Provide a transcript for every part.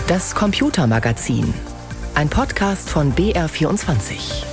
Das Computermagazin. Ein Podcast von BR24.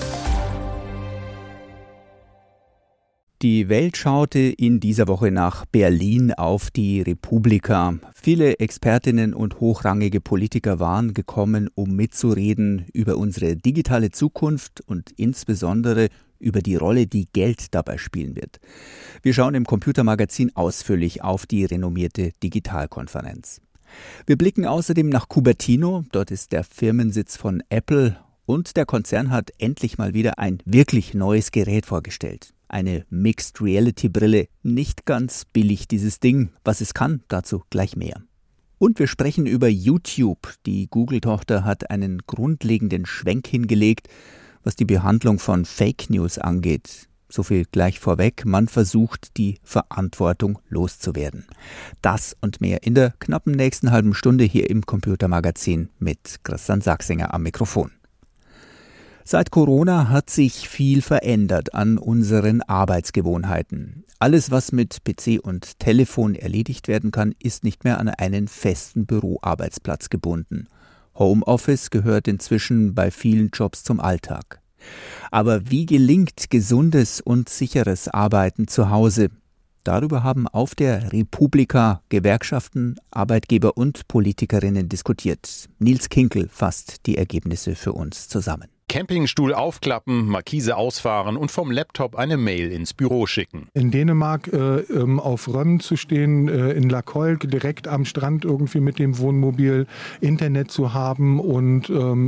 Die Welt schaute in dieser Woche nach Berlin auf die Republika. Viele Expertinnen und hochrangige Politiker waren gekommen, um mitzureden über unsere digitale Zukunft und insbesondere über die Rolle, die Geld dabei spielen wird. Wir schauen im Computermagazin ausführlich auf die renommierte Digitalkonferenz. Wir blicken außerdem nach Cupertino, dort ist der Firmensitz von Apple und der Konzern hat endlich mal wieder ein wirklich neues Gerät vorgestellt. Eine Mixed-Reality-Brille, nicht ganz billig dieses Ding. Was es kann, dazu gleich mehr. Und wir sprechen über YouTube. Die Google-Tochter hat einen grundlegenden Schwenk hingelegt, was die Behandlung von Fake News angeht. So viel gleich vorweg, man versucht, die Verantwortung loszuwerden. Das und mehr in der knappen nächsten halben Stunde hier im Computermagazin mit Christian Sachsinger am Mikrofon. Seit Corona hat sich viel verändert an unseren Arbeitsgewohnheiten. Alles, was mit PC und Telefon erledigt werden kann, ist nicht mehr an einen festen Büroarbeitsplatz gebunden. Homeoffice gehört inzwischen bei vielen Jobs zum Alltag. Aber wie gelingt gesundes und sicheres Arbeiten zu Hause? Darüber haben auf der Republika Gewerkschaften, Arbeitgeber und Politikerinnen diskutiert. Nils Kinkel fasst die Ergebnisse für uns zusammen. Campingstuhl aufklappen, Markise ausfahren und vom Laptop eine Mail ins Büro schicken. In Dänemark auf Rømmen zu stehen, in La Colque, direkt am Strand irgendwie mit dem Wohnmobil, Internet zu haben und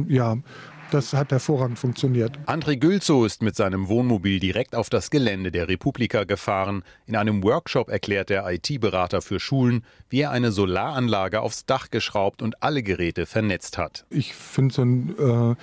das hat hervorragend funktioniert. André Gülzow ist mit seinem Wohnmobil direkt auf das Gelände der Republika gefahren. In einem Workshop erklärt der IT-Berater für Schulen, wie er eine Solaranlage aufs Dach geschraubt und alle Geräte vernetzt hat. Ich finde so ein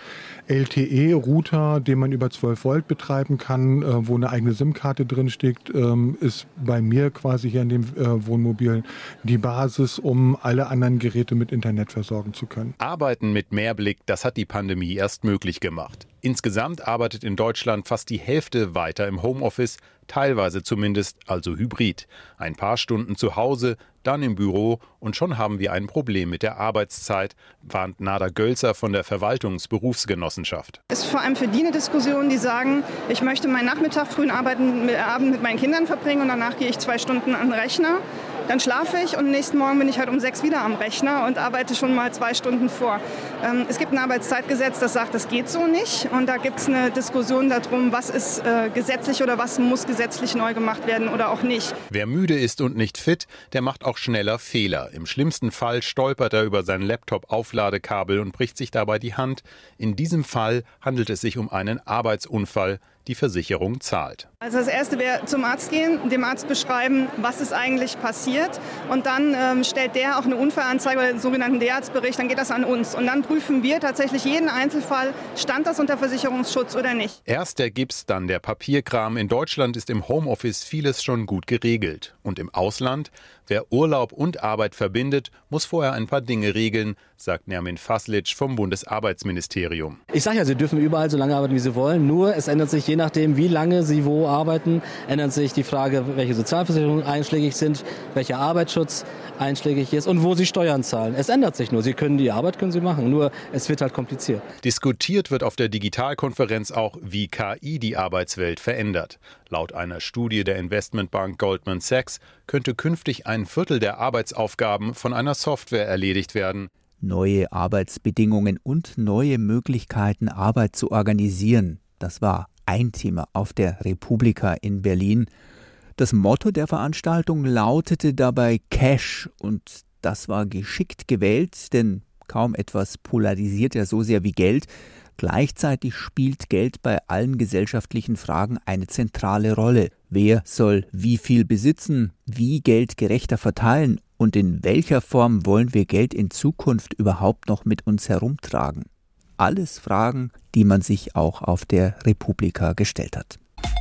LTE-Router, den man über 12 Volt betreiben kann, wo eine eigene SIM-Karte drin steckt, ist bei mir quasi hier in dem Wohnmobil die Basis, um alle anderen Geräte mit Internet versorgen zu können. Arbeiten mit Mehrblick, das hat die Pandemie erst möglich gemacht. Insgesamt arbeitet in Deutschland fast die Hälfte weiter im Homeoffice, teilweise zumindest, also hybrid. Ein paar Stunden zu Hause, dann im Büro und schon haben wir ein Problem mit der Arbeitszeit, warnt Nada Gölzer von der Verwaltungsberufsgenossenschaft. Es ist vor allem für die eine Diskussion, die sagen, ich möchte meinen Nachmittag, frühen Abend mit meinen Kindern verbringen und danach gehe ich 2 Stunden an den Rechner. Dann schlafe ich und nächsten Morgen bin ich halt um 6 wieder am Rechner und arbeite schon mal 2 Stunden vor. Es gibt ein Arbeitszeitgesetz, das sagt, das geht so nicht. Und da gibt es eine Diskussion darum, was ist gesetzlich oder was muss gesetzlich neu gemacht werden oder auch nicht. Wer müde ist und nicht fit, der macht auch schneller Fehler. Im schlimmsten Fall stolpert er über sein Laptop-Aufladekabel und bricht sich dabei die Hand. In diesem Fall handelt es sich um einen Arbeitsunfall. Die Versicherung zahlt. Also das Erste wäre zum Arzt gehen, dem Arzt beschreiben, was ist eigentlich passiert. Und dann stellt der auch eine Unfallanzeige oder den sogenannten D-Arztbericht, dann geht das an uns. Und dann prüfen wir tatsächlich jeden Einzelfall, stand das unter Versicherungsschutz oder nicht. Erst der Gips, dann der Papierkram. In Deutschland ist im Homeoffice vieles schon gut geregelt. Und im Ausland? Wer Urlaub und Arbeit verbindet, muss vorher ein paar Dinge regeln, sagt Nermin Faslic vom Bundesarbeitsministerium. Ich sage ja, Sie dürfen überall so lange arbeiten, wie Sie wollen. Nur es ändert sich je nachdem, wie lange Sie wo arbeiten, ändert sich die Frage, welche Sozialversicherungen einschlägig sind, welcher Arbeitsschutz einschlägig ist und wo Sie Steuern zahlen. Es ändert sich nur. Die Arbeit können Sie machen, nur es wird halt kompliziert. Diskutiert wird auf der Digitalkonferenz auch, wie KI die Arbeitswelt verändert. Laut einer Studie der Investmentbank Goldman Sachs könnte künftig 1/4 der Arbeitsaufgaben von einer Software erledigt werden. Neue Arbeitsbedingungen und neue Möglichkeiten, Arbeit zu organisieren, das war ein Thema auf der Republika in Berlin. Das Motto der Veranstaltung lautete dabei Cash und das war geschickt gewählt, denn kaum etwas polarisiert ja so sehr wie Geld. Gleichzeitig spielt Geld bei allen gesellschaftlichen Fragen eine zentrale Rolle. Wer soll wie viel besitzen, wie Geld gerechter verteilen und in welcher Form wollen wir Geld in Zukunft überhaupt noch mit uns herumtragen? Alles Fragen, die man sich auch auf der Republika gestellt hat.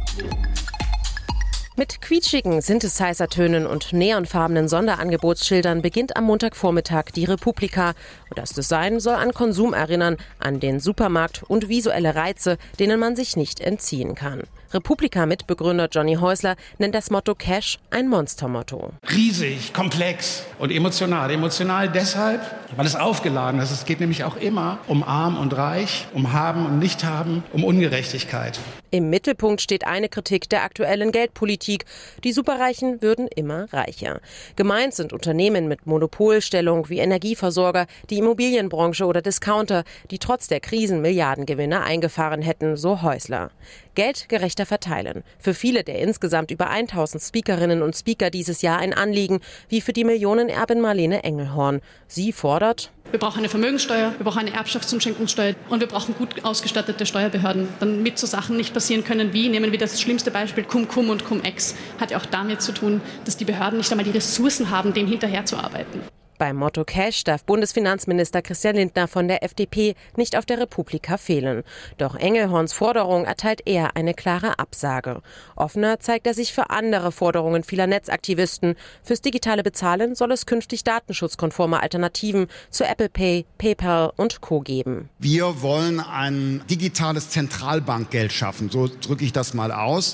Mit quietschigen Synthesizer-Tönen und neonfarbenen Sonderangebotsschildern beginnt am Montagvormittag die Republika. Und das Design soll an Konsum erinnern, an den Supermarkt und visuelle Reize, denen man sich nicht entziehen kann. Republika-Mitbegründer Johnny Häusler nennt das Motto Cash ein Monstermotto. Riesig, komplex und emotional. Emotional deshalb, weil es aufgeladen ist. Es geht nämlich auch immer um Arm und Reich, um Haben und Nichthaben, um Ungerechtigkeit. Im Mittelpunkt steht eine Kritik der aktuellen Geldpolitik. Die Superreichen würden immer reicher. Gemeint sind Unternehmen mit Monopolstellung wie Energieversorger, die Immobilienbranche oder Discounter, die trotz der Krisen Milliardengewinne eingefahren hätten, so Häusler. Geld gerechter verteilen. Für viele der insgesamt über 1000 Speakerinnen und Speaker dieses Jahr ein Anliegen, wie für die Millionenerbin Marlene Engelhorn. Sie fordert: Wir brauchen eine Vermögenssteuer, wir brauchen eine Erbschafts- und Schenkungssteuer und wir brauchen gut ausgestattete Steuerbehörden, damit so Sachen nicht passieren können wie, nehmen wir das schlimmste Beispiel, Cum-Cum und Cum-Ex. Hat ja auch damit zu tun, dass die Behörden nicht einmal die Ressourcen haben, dem hinterherzuarbeiten. Beim Motto Cash darf Bundesfinanzminister Christian Lindner von der FDP nicht auf der Republika fehlen. Doch Engelhorns Forderung erteilt er eine klare Absage. Offener zeigt er sich für andere Forderungen vieler Netzaktivisten. Fürs digitale Bezahlen soll es künftig datenschutzkonforme Alternativen zu Apple Pay, PayPal und Co. geben. Wir wollen ein digitales Zentralbankgeld schaffen, so drücke ich das mal aus.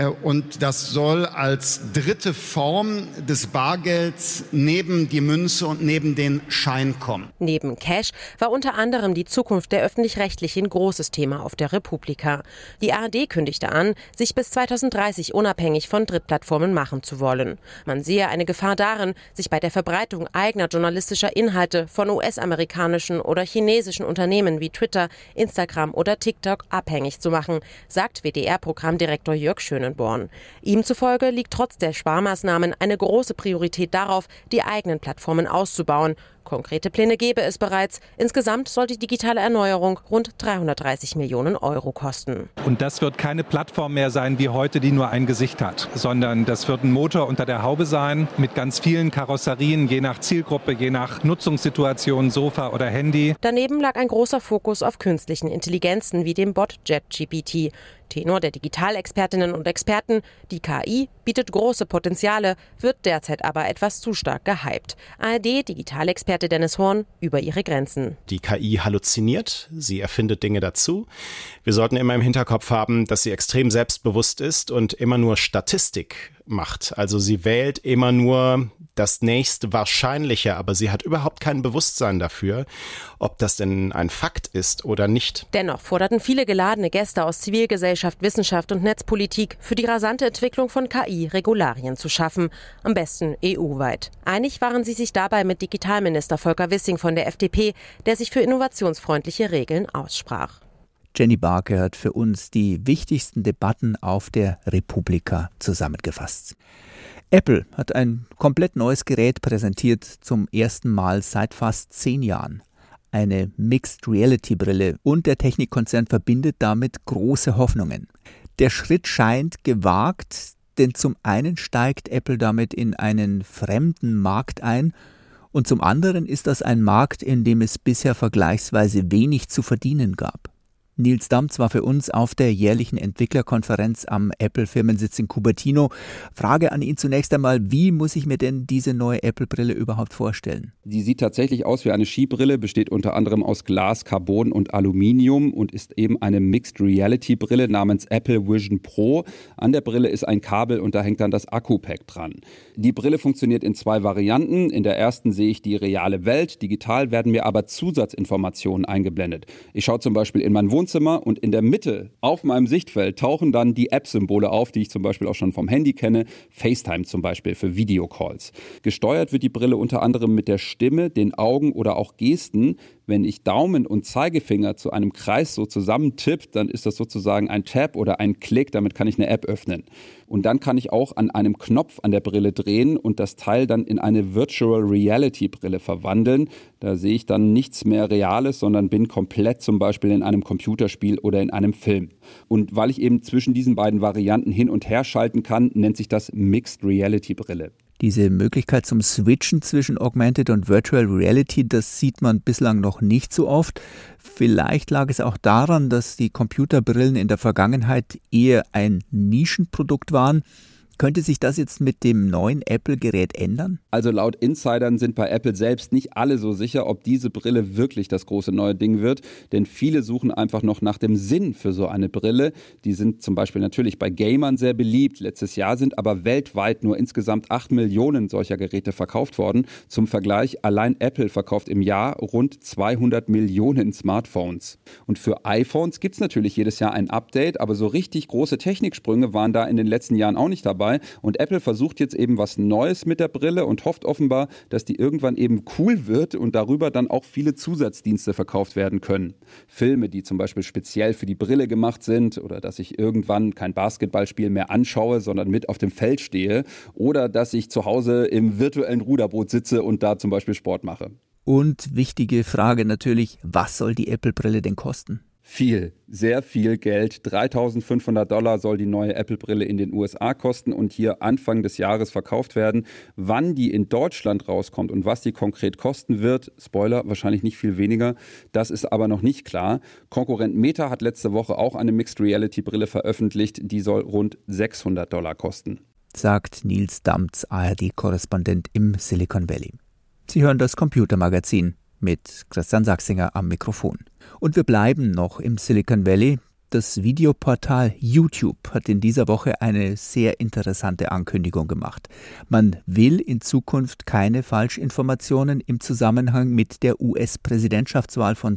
Und das soll als dritte Form des Bargelds neben die Münze und neben den Schein kommen. Neben Cash war unter anderem die Zukunft der Öffentlich-Rechtlichen großes Thema auf der Republika. Die ARD kündigte an, sich bis 2030 unabhängig von Drittplattformen machen zu wollen. Man sehe eine Gefahr darin, sich bei der Verbreitung eigener journalistischer Inhalte von US-amerikanischen oder chinesischen Unternehmen wie Twitter, Instagram oder TikTok abhängig zu machen, sagt WDR-Programmdirektor Jörg Schönenborn. Ihm zufolge liegt trotz der Sparmaßnahmen eine große Priorität darauf, die eigenen Plattformen auszubauen. Konkrete Pläne gäbe es bereits. Insgesamt soll die digitale Erneuerung rund 330 Millionen Euro kosten. Und das wird keine Plattform mehr sein wie heute, die nur ein Gesicht hat, sondern das wird ein Motor unter der Haube sein mit ganz vielen Karosserien, je nach Zielgruppe, je nach Nutzungssituation, Sofa oder Handy. Daneben lag ein großer Fokus auf künstlichen Intelligenzen wie dem Bot ChatGPT. Tenor der Digitalexpertinnen und Experten: Die KI bietet große Potenziale, wird derzeit aber etwas zu stark gehypt. ARD-Digitalexperte Dennis Horn über ihre Grenzen. Die KI halluziniert, sie erfindet Dinge dazu. Wir sollten immer im Hinterkopf haben, dass sie extrem selbstbewusst ist und immer nur Statistik macht. Also sie wählt immer nur das nächste Wahrscheinliche, aber sie hat überhaupt kein Bewusstsein dafür, ob das denn ein Fakt ist oder nicht. Dennoch forderten viele geladene Gäste aus Zivilgesellschaft, Wissenschaft und Netzpolitik, für die rasante Entwicklung von KI Regularien zu schaffen, am besten EU-weit. Einig waren sie sich dabei mit Digitalminister Volker Wissing von der FDP, der sich für innovationsfreundliche Regeln aussprach. Jenny Barke hat für uns die wichtigsten Debatten auf der Republika zusammengefasst. Apple hat ein komplett neues Gerät präsentiert, zum ersten Mal seit fast 10 Jahren. Eine Mixed-Reality-Brille, und der Technikkonzern verbindet damit große Hoffnungen. Der Schritt scheint gewagt, denn zum einen steigt Apple damit in einen fremden Markt ein und zum anderen ist das ein Markt, in dem es bisher vergleichsweise wenig zu verdienen gab. Nils Damz war für uns auf der jährlichen Entwicklerkonferenz am Apple-Firmensitz in Cupertino. Frage an ihn zunächst einmal: Wie muss ich mir denn diese neue Apple-Brille überhaupt vorstellen? Die sieht tatsächlich aus wie eine Skibrille, besteht unter anderem aus Glas, Carbon und Aluminium und ist eben eine Mixed-Reality-Brille namens Apple Vision Pro. An der Brille ist ein Kabel und da hängt dann das Akku-Pack dran. Die Brille funktioniert in 2 Varianten. In der ersten sehe ich die reale Welt. Digital werden mir aber Zusatzinformationen eingeblendet. Ich schaue zum Beispiel in mein Wohnzimmer und in der Mitte auf meinem Sichtfeld tauchen dann die App-Symbole auf, die ich zum Beispiel auch schon vom Handy kenne. FaceTime zum Beispiel für Videocalls. Gesteuert wird die Brille unter anderem mit der Stimme, den Augen oder auch Gesten. Wenn ich Daumen und Zeigefinger zu einem Kreis so zusammentippt, dann ist das sozusagen ein Tab oder ein Klick, damit kann ich eine App öffnen. Und dann kann ich auch an einem Knopf an der Brille drehen und das Teil dann in eine Virtual Reality Brille verwandeln. Da sehe ich dann nichts mehr Reales, sondern bin komplett zum Beispiel in einem Computerspiel oder in einem Film. Und weil ich eben zwischen diesen beiden Varianten hin und her schalten kann, nennt sich das Mixed Reality Brille. Diese Möglichkeit zum Switchen zwischen Augmented und Virtual Reality, das sieht man bislang noch nicht so oft. Vielleicht lag es auch daran, dass die Computerbrillen in der Vergangenheit eher ein Nischenprodukt waren. Könnte sich das jetzt mit dem neuen Apple-Gerät ändern? Also laut Insidern sind bei Apple selbst nicht alle so sicher, ob diese Brille wirklich das große neue Ding wird. Denn viele suchen einfach noch nach dem Sinn für so eine Brille. Die sind zum Beispiel natürlich bei Gamern sehr beliebt. Letztes Jahr sind aber weltweit nur insgesamt 8 Millionen solcher Geräte verkauft worden. Zum Vergleich, allein Apple verkauft im Jahr rund 200 Millionen Smartphones. Und für iPhones gibt es natürlich jedes Jahr ein Update, aber so richtig große Techniksprünge waren da in den letzten Jahren auch nicht dabei. Und Apple versucht jetzt eben was Neues mit der Brille und hofft offenbar, dass die irgendwann eben cool wird und darüber dann auch viele Zusatzdienste verkauft werden können. Filme, die zum Beispiel speziell für die Brille gemacht sind, oder dass ich irgendwann kein Basketballspiel mehr anschaue, sondern mit auf dem Feld stehe, oder dass ich zu Hause im virtuellen Ruderboot sitze und da zum Beispiel Sport mache. Und wichtige Frage natürlich, was soll die Apple-Brille denn kosten? Viel, sehr viel Geld. $3.500 soll die neue Apple-Brille in den USA kosten und hier Anfang des Jahres verkauft werden. Wann die in Deutschland rauskommt und was die konkret kosten wird, Spoiler, wahrscheinlich nicht viel weniger, das ist aber noch nicht klar. Konkurrent Meta hat letzte Woche auch eine Mixed-Reality-Brille veröffentlicht, die soll rund $600 kosten. Sagt Nils Damz, ARD-Korrespondent im Silicon Valley. Sie hören das Computermagazin mit Christian Sachsinger am Mikrofon. Und wir bleiben noch im Silicon Valley. Das Videoportal YouTube hat in dieser Woche eine sehr interessante Ankündigung gemacht. Man will in Zukunft keine Falschinformationen im Zusammenhang mit der US-Präsidentschaftswahl von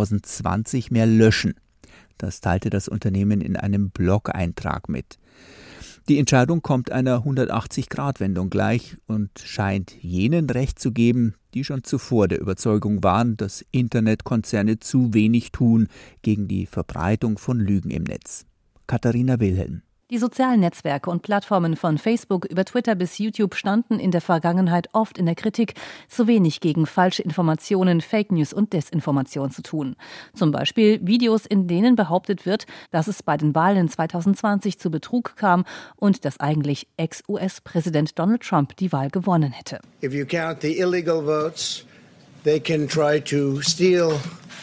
2020 mehr löschen. Das teilte das Unternehmen in einem Blog-Eintrag mit. Die Entscheidung kommt einer 180-Grad-Wendung gleich und scheint jenen Recht zu geben, die schon zuvor der Überzeugung waren, dass Internetkonzerne zu wenig tun gegen die Verbreitung von Lügen im Netz. Katharina Wilhelm. Die sozialen Netzwerke und Plattformen von Facebook über Twitter bis YouTube standen in der Vergangenheit oft in der Kritik, zu wenig gegen falsche Informationen, Fake News und Desinformation zu tun. Zum Beispiel Videos, in denen behauptet wird, dass es bei den Wahlen 2020 zu Betrug kam und dass eigentlich Ex-US-Präsident Donald Trump die Wahl gewonnen hätte. If you count the illegal votes, they can try to steal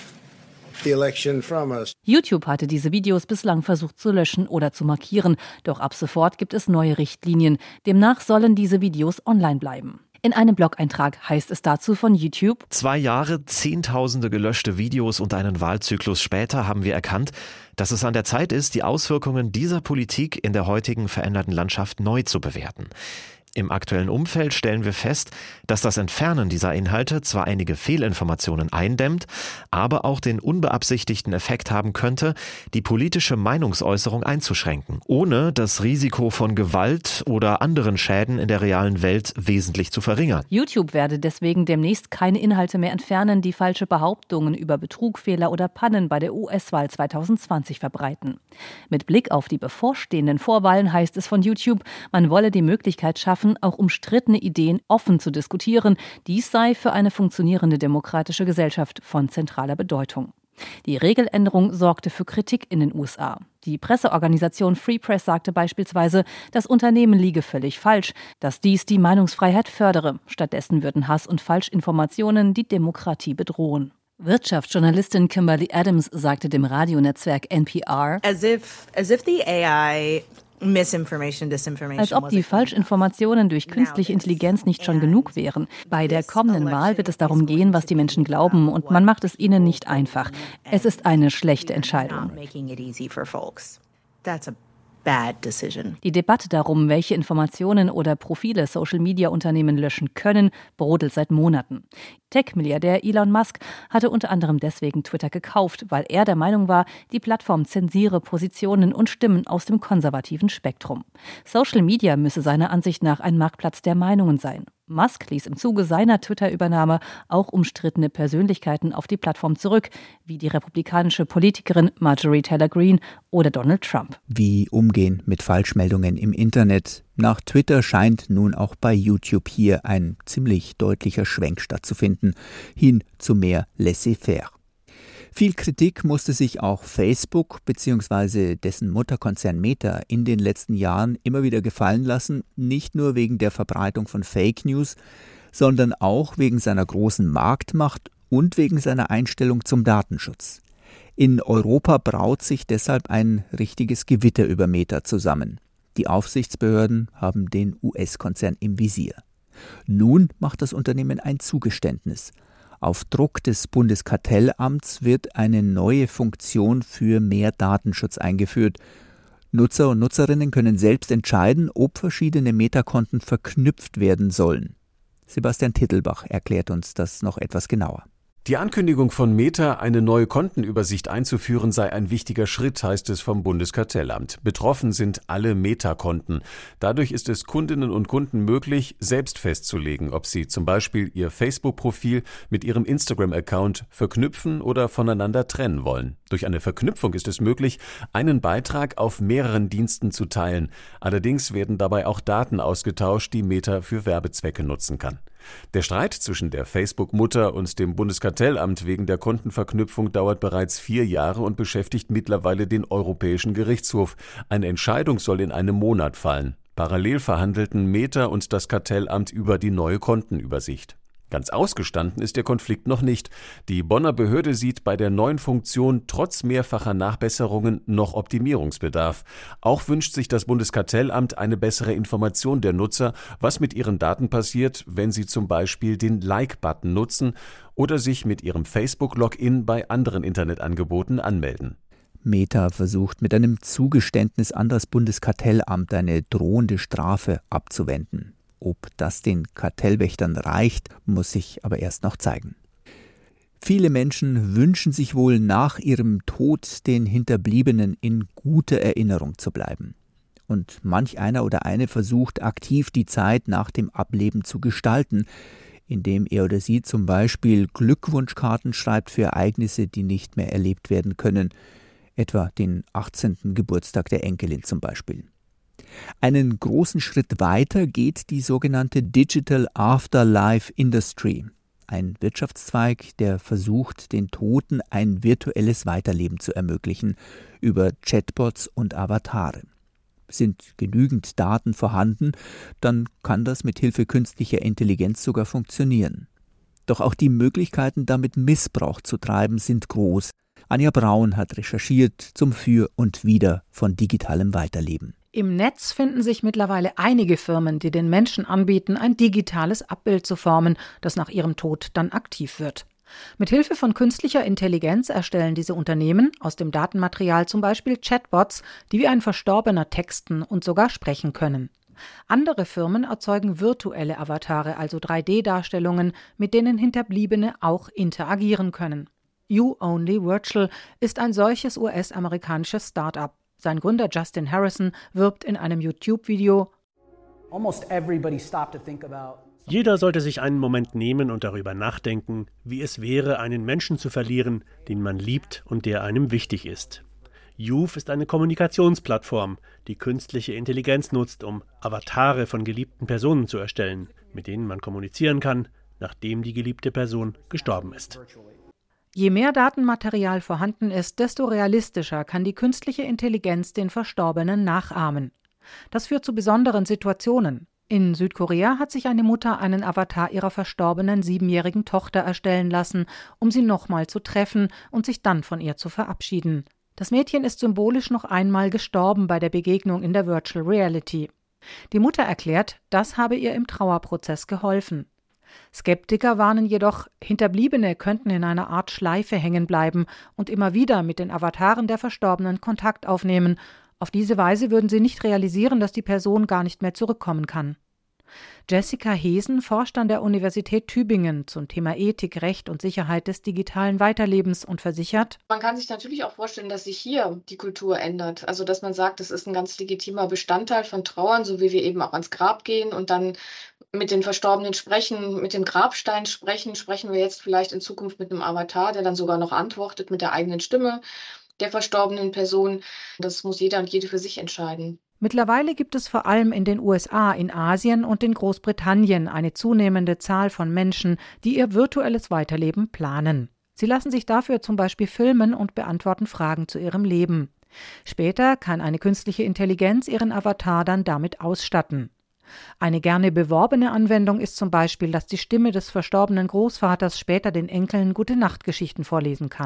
the election from us. YouTube hatte diese Videos bislang versucht zu löschen oder zu markieren, doch ab sofort gibt es neue Richtlinien. Demnach sollen diese Videos online bleiben. In einem Blog-Eintrag heißt es dazu von YouTube: 2 Jahre, Zehntausende gelöschte Videos und einen Wahlzyklus später haben wir erkannt, dass es an der Zeit ist, die Auswirkungen dieser Politik in der heutigen veränderten Landschaft neu zu bewerten. Im aktuellen Umfeld stellen wir fest, dass das Entfernen dieser Inhalte zwar einige Fehlinformationen eindämmt, aber auch den unbeabsichtigten Effekt haben könnte, die politische Meinungsäußerung einzuschränken, ohne das Risiko von Gewalt oder anderen Schäden in der realen Welt wesentlich zu verringern. YouTube werde deswegen demnächst keine Inhalte mehr entfernen, die falsche Behauptungen über Betrug, Fehler oder Pannen bei der US-Wahl 2020 verbreiten. Mit Blick auf die bevorstehenden Vorwahlen heißt es von YouTube, man wolle die Möglichkeit schaffen, auch umstrittene Ideen offen zu diskutieren. Dies sei für eine funktionierende demokratische Gesellschaft von zentraler Bedeutung. Die Regeländerung sorgte für Kritik in den USA. Die Presseorganisation Free Press sagte beispielsweise, das Unternehmen liege völlig falsch, dass dies die Meinungsfreiheit fördere. Stattdessen würden Hass und Falschinformationen die Demokratie bedrohen. Wirtschaftsjournalistin Kimberly Adams sagte dem Radionetzwerk NPR, as if the AI als ob die Falschinformationen durch künstliche Intelligenz nicht schon genug wären. Bei der kommenden Wahl wird es darum gehen, was die Menschen glauben, und man macht es ihnen nicht einfach. Es ist eine schlechte Entscheidung. Die Debatte darum, welche Informationen oder Profile Social-Media-Unternehmen löschen können, brodelt seit Monaten. Tech-Milliardär Elon Musk hatte unter anderem deswegen Twitter gekauft, weil er der Meinung war, die Plattform zensiere Positionen und Stimmen aus dem konservativen Spektrum. Social Media müsse seiner Ansicht nach ein Marktplatz der Meinungen sein. Musk ließ im Zuge seiner Twitter-Übernahme auch umstrittene Persönlichkeiten auf die Plattform zurück, wie die republikanische Politikerin Marjorie Taylor Greene oder Donald Trump. Wie umgehen mit Falschmeldungen im Internet? Nach Twitter scheint nun auch bei YouTube hier ein ziemlich deutlicher Schwenk stattzufinden, hin zu mehr Laissez-faire. Viel Kritik musste sich auch Facebook bzw. dessen Mutterkonzern Meta in den letzten Jahren immer wieder gefallen lassen, nicht nur wegen der Verbreitung von Fake News, sondern auch wegen seiner großen Marktmacht und wegen seiner Einstellung zum Datenschutz. In Europa braut sich deshalb ein richtiges Gewitter über Meta zusammen. Die Aufsichtsbehörden haben den US-Konzern im Visier. Nun macht das Unternehmen ein Zugeständnis. Auf Druck des Bundeskartellamts wird eine neue Funktion für mehr Datenschutz eingeführt. Nutzer und Nutzerinnen können selbst entscheiden, ob verschiedene Meta-Konten verknüpft werden sollen. Sebastian Tittelbach erklärt uns das noch etwas genauer. Die Ankündigung von Meta, eine neue Kontenübersicht einzuführen, sei ein wichtiger Schritt, heißt es vom Bundeskartellamt. Betroffen sind alle Meta-Konten. Dadurch ist es Kundinnen und Kunden möglich, selbst festzulegen, ob sie zum Beispiel ihr Facebook-Profil mit ihrem Instagram-Account verknüpfen oder voneinander trennen wollen. Durch eine Verknüpfung ist es möglich, einen Beitrag auf mehreren Diensten zu teilen. Allerdings werden dabei auch Daten ausgetauscht, die Meta für Werbezwecke nutzen kann. Der Streit zwischen der Facebook-Mutter und dem Bundeskartellamt wegen der Kontenverknüpfung dauert bereits 4 Jahre und beschäftigt mittlerweile den Europäischen Gerichtshof. Eine Entscheidung soll in einem Monat fallen. Parallel verhandelten Meta und das Kartellamt über die neue Kontenübersicht. Ganz ausgestanden ist der Konflikt noch nicht. Die Bonner Behörde sieht bei der neuen Funktion trotz mehrfacher Nachbesserungen noch Optimierungsbedarf. Auch wünscht sich das Bundeskartellamt eine bessere Information der Nutzer, was mit ihren Daten passiert, wenn sie zum Beispiel den Like-Button nutzen oder sich mit ihrem Facebook-Login bei anderen Internetangeboten anmelden. Meta versucht mit einem Zugeständnis an das Bundeskartellamt eine drohende Strafe abzuwenden. Ob das den Kartellwächtern reicht, muss sich aber erst noch zeigen. Viele Menschen wünschen sich wohl nach ihrem Tod den Hinterbliebenen in guter Erinnerung zu bleiben. Und manch einer oder eine versucht aktiv die Zeit nach dem Ableben zu gestalten, indem er oder sie zum Beispiel Glückwunschkarten schreibt für Ereignisse, die nicht mehr erlebt werden können, etwa den 18. Geburtstag der Enkelin zum Beispiel. Einen großen Schritt weiter geht die sogenannte Digital Afterlife Industry, ein Wirtschaftszweig, der versucht, den Toten ein virtuelles Weiterleben zu ermöglichen über Chatbots und Avatare. Sind genügend Daten vorhanden, dann kann das mit Hilfe künstlicher Intelligenz sogar funktionieren. Doch auch die Möglichkeiten, damit Missbrauch zu treiben, sind groß. Anja Braun hat recherchiert zum Für und Wider von digitalem Weiterleben. Im Netz finden sich mittlerweile einige Firmen, die den Menschen anbieten, ein digitales Abbild zu formen, das nach ihrem Tod dann aktiv wird. Mit Hilfe von künstlicher Intelligenz erstellen diese Unternehmen aus dem Datenmaterial zum Beispiel Chatbots, die wie ein Verstorbener texten und sogar sprechen können. Andere Firmen erzeugen virtuelle Avatare, also 3D-Darstellungen, mit denen Hinterbliebene auch interagieren können. You Only Virtual ist ein solches US-amerikanisches Start-up. Sein Gründer Justin Harrison wirbt in einem YouTube-Video: Jeder sollte sich einen Moment nehmen und darüber nachdenken, wie es wäre, einen Menschen zu verlieren, den man liebt und der einem wichtig ist. Youth ist eine Kommunikationsplattform, die künstliche Intelligenz nutzt, um Avatare von geliebten Personen zu erstellen, mit denen man kommunizieren kann, nachdem die geliebte Person gestorben ist. Je mehr Datenmaterial vorhanden ist, desto realistischer kann die künstliche Intelligenz den Verstorbenen nachahmen. Das führt zu besonderen Situationen. In Südkorea hat sich eine Mutter einen Avatar ihrer verstorbenen 7-jährigen Tochter erstellen lassen, um sie nochmal zu treffen und sich dann von ihr zu verabschieden. Das Mädchen ist symbolisch noch einmal gestorben bei der Begegnung in der Virtual Reality. Die Mutter erklärt, das habe ihr im Trauerprozess geholfen. Skeptiker warnen jedoch, Hinterbliebene könnten in einer Art Schleife hängen bleiben und immer wieder mit den Avataren der Verstorbenen Kontakt aufnehmen. Auf diese Weise würden sie nicht realisieren, dass die Person gar nicht mehr zurückkommen kann. Jessica Hesen forscht an der Universität Tübingen zum Thema Ethik, Recht und Sicherheit des digitalen Weiterlebens und versichert: Man kann sich natürlich auch vorstellen, dass sich hier die Kultur ändert. Also dass man sagt, das ist ein ganz legitimer Bestandteil von Trauern, so wie wir eben auch ans Grab gehen und dann mit den Verstorbenen sprechen, mit dem Grabstein sprechen wir jetzt vielleicht in Zukunft mit einem Avatar, der dann sogar noch antwortet mit der eigenen Stimme der verstorbenen Person. Das muss jeder und jede für sich entscheiden. Mittlerweile gibt es vor allem in den USA, in Asien und in Großbritannien eine zunehmende Zahl von Menschen, die ihr virtuelles Weiterleben planen. Sie lassen sich dafür zum Beispiel filmen und beantworten Fragen zu ihrem Leben. Später kann eine künstliche Intelligenz ihren Avatar dann damit ausstatten. Eine gerne beworbene Anwendung ist zum Beispiel, dass die Stimme des verstorbenen Großvaters später den Enkeln Gute-Nacht-Geschichten vorlesen kann.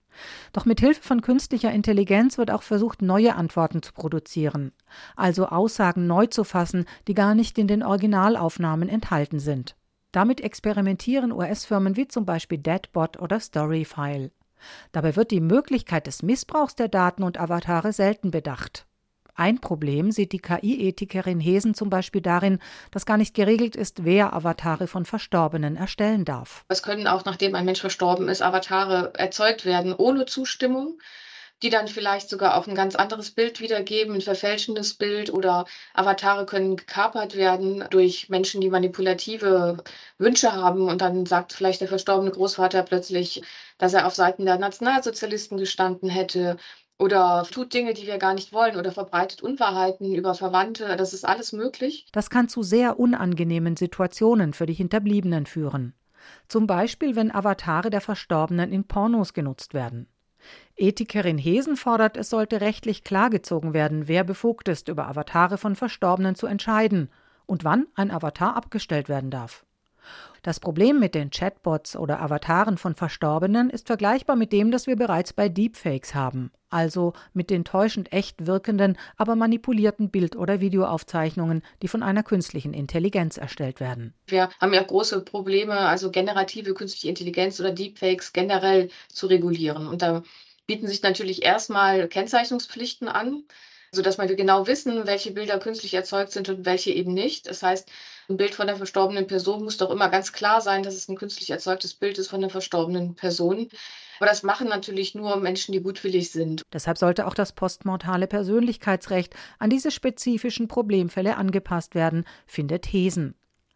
Doch mit Hilfe von künstlicher Intelligenz wird auch versucht, neue Antworten zu produzieren, also Aussagen neu zu fassen, die gar nicht in den Originalaufnahmen enthalten sind. Damit experimentieren US-Firmen wie zum Beispiel Deadbot oder Storyfile. Dabei wird die Möglichkeit des Missbrauchs der Daten und Avatare selten bedacht. Ein Problem sieht die KI-Ethikerin Hesen zum Beispiel darin, dass gar nicht geregelt ist, wer Avatare von Verstorbenen erstellen darf. Es können auch, nachdem ein Mensch verstorben ist, Avatare erzeugt werden ohne Zustimmung, die dann vielleicht sogar auch ein ganz anderes Bild wiedergeben, ein verfälschendes Bild, oder Avatare können gekapert werden durch Menschen, die manipulative Wünsche haben, und dann sagt vielleicht der verstorbene Großvater plötzlich, dass er auf Seiten der Nationalsozialisten gestanden hätte, oder tut Dinge, die wir gar nicht wollen, oder verbreitet Unwahrheiten über Verwandte. Das ist alles möglich. Das kann zu sehr unangenehmen Situationen für die Hinterbliebenen führen. Zum Beispiel, wenn Avatare der Verstorbenen in Pornos genutzt werden. Ethikerin Hesen fordert, es sollte rechtlich klargezogen werden, wer befugt ist, über Avatare von Verstorbenen zu entscheiden und wann ein Avatar abgestellt werden darf. Das Problem mit den Chatbots oder Avataren von Verstorbenen ist vergleichbar mit dem, das wir bereits bei Deepfakes haben, also mit den täuschend echt wirkenden, aber manipulierten Bild- oder Videoaufzeichnungen, die von einer künstlichen Intelligenz erstellt werden. Wir haben ja große Probleme, also generative künstliche Intelligenz oder Deepfakes generell zu regulieren. Und da bieten sich natürlich erstmal Kennzeichnungspflichten an, sodass wir genau wissen, welche Bilder künstlich erzeugt sind und welche eben nicht. Das heißt, ein Bild von der verstorbenen Person muss doch immer ganz klar sein, dass es ein künstlich erzeugtes Bild ist von der verstorbenen Person. Aber das machen natürlich nur Menschen, die gutwillig sind. Deshalb sollte auch das postmortale Persönlichkeitsrecht an diese spezifischen Problemfälle angepasst werden, findet Hesen.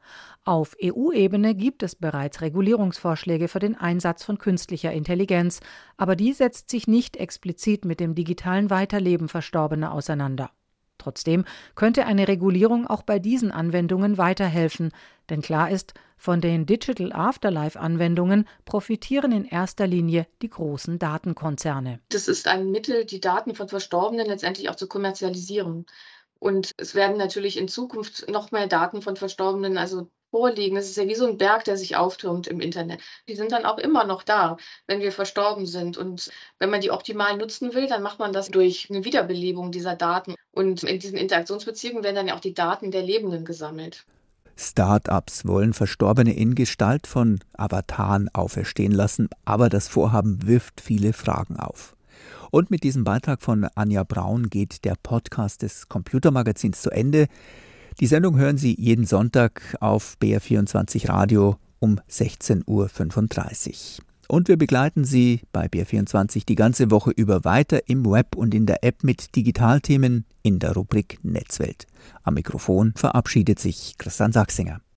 Auf EU-Ebene gibt es bereits Regulierungsvorschläge für den Einsatz von künstlicher Intelligenz, aber die setzt sich nicht explizit mit dem digitalen Weiterleben Verstorbener auseinander. Trotzdem könnte eine Regulierung auch bei diesen Anwendungen weiterhelfen, denn klar ist, von den Digital Afterlife-Anwendungen profitieren in erster Linie die großen Datenkonzerne. Das ist ein Mittel, die Daten von Verstorbenen letztendlich auch zu kommerzialisieren. Und es werden natürlich in Zukunft noch mehr Daten von Verstorbenen vorliegen. Das ist ja wie so ein Berg, der sich auftürmt im Internet. Die sind dann auch immer noch da, wenn wir verstorben sind. Und wenn man die optimal nutzen will, dann macht man das durch eine Wiederbelebung dieser Daten. Und in diesen Interaktionsbeziehungen werden dann ja auch die Daten der Lebenden gesammelt. Start-ups wollen Verstorbene in Gestalt von Avataren auferstehen lassen, aber das Vorhaben wirft viele Fragen auf. Und mit diesem Beitrag von Anja Braun geht der Podcast des Computermagazins zu Ende. Die Sendung hören Sie jeden Sonntag auf BR24 Radio um 16:35 Uhr. Und wir begleiten Sie bei BR24 die ganze Woche über weiter im Web und in der App mit Digitalthemen in der Rubrik Netzwelt. Am Mikrofon verabschiedet sich Christian Sachsinger.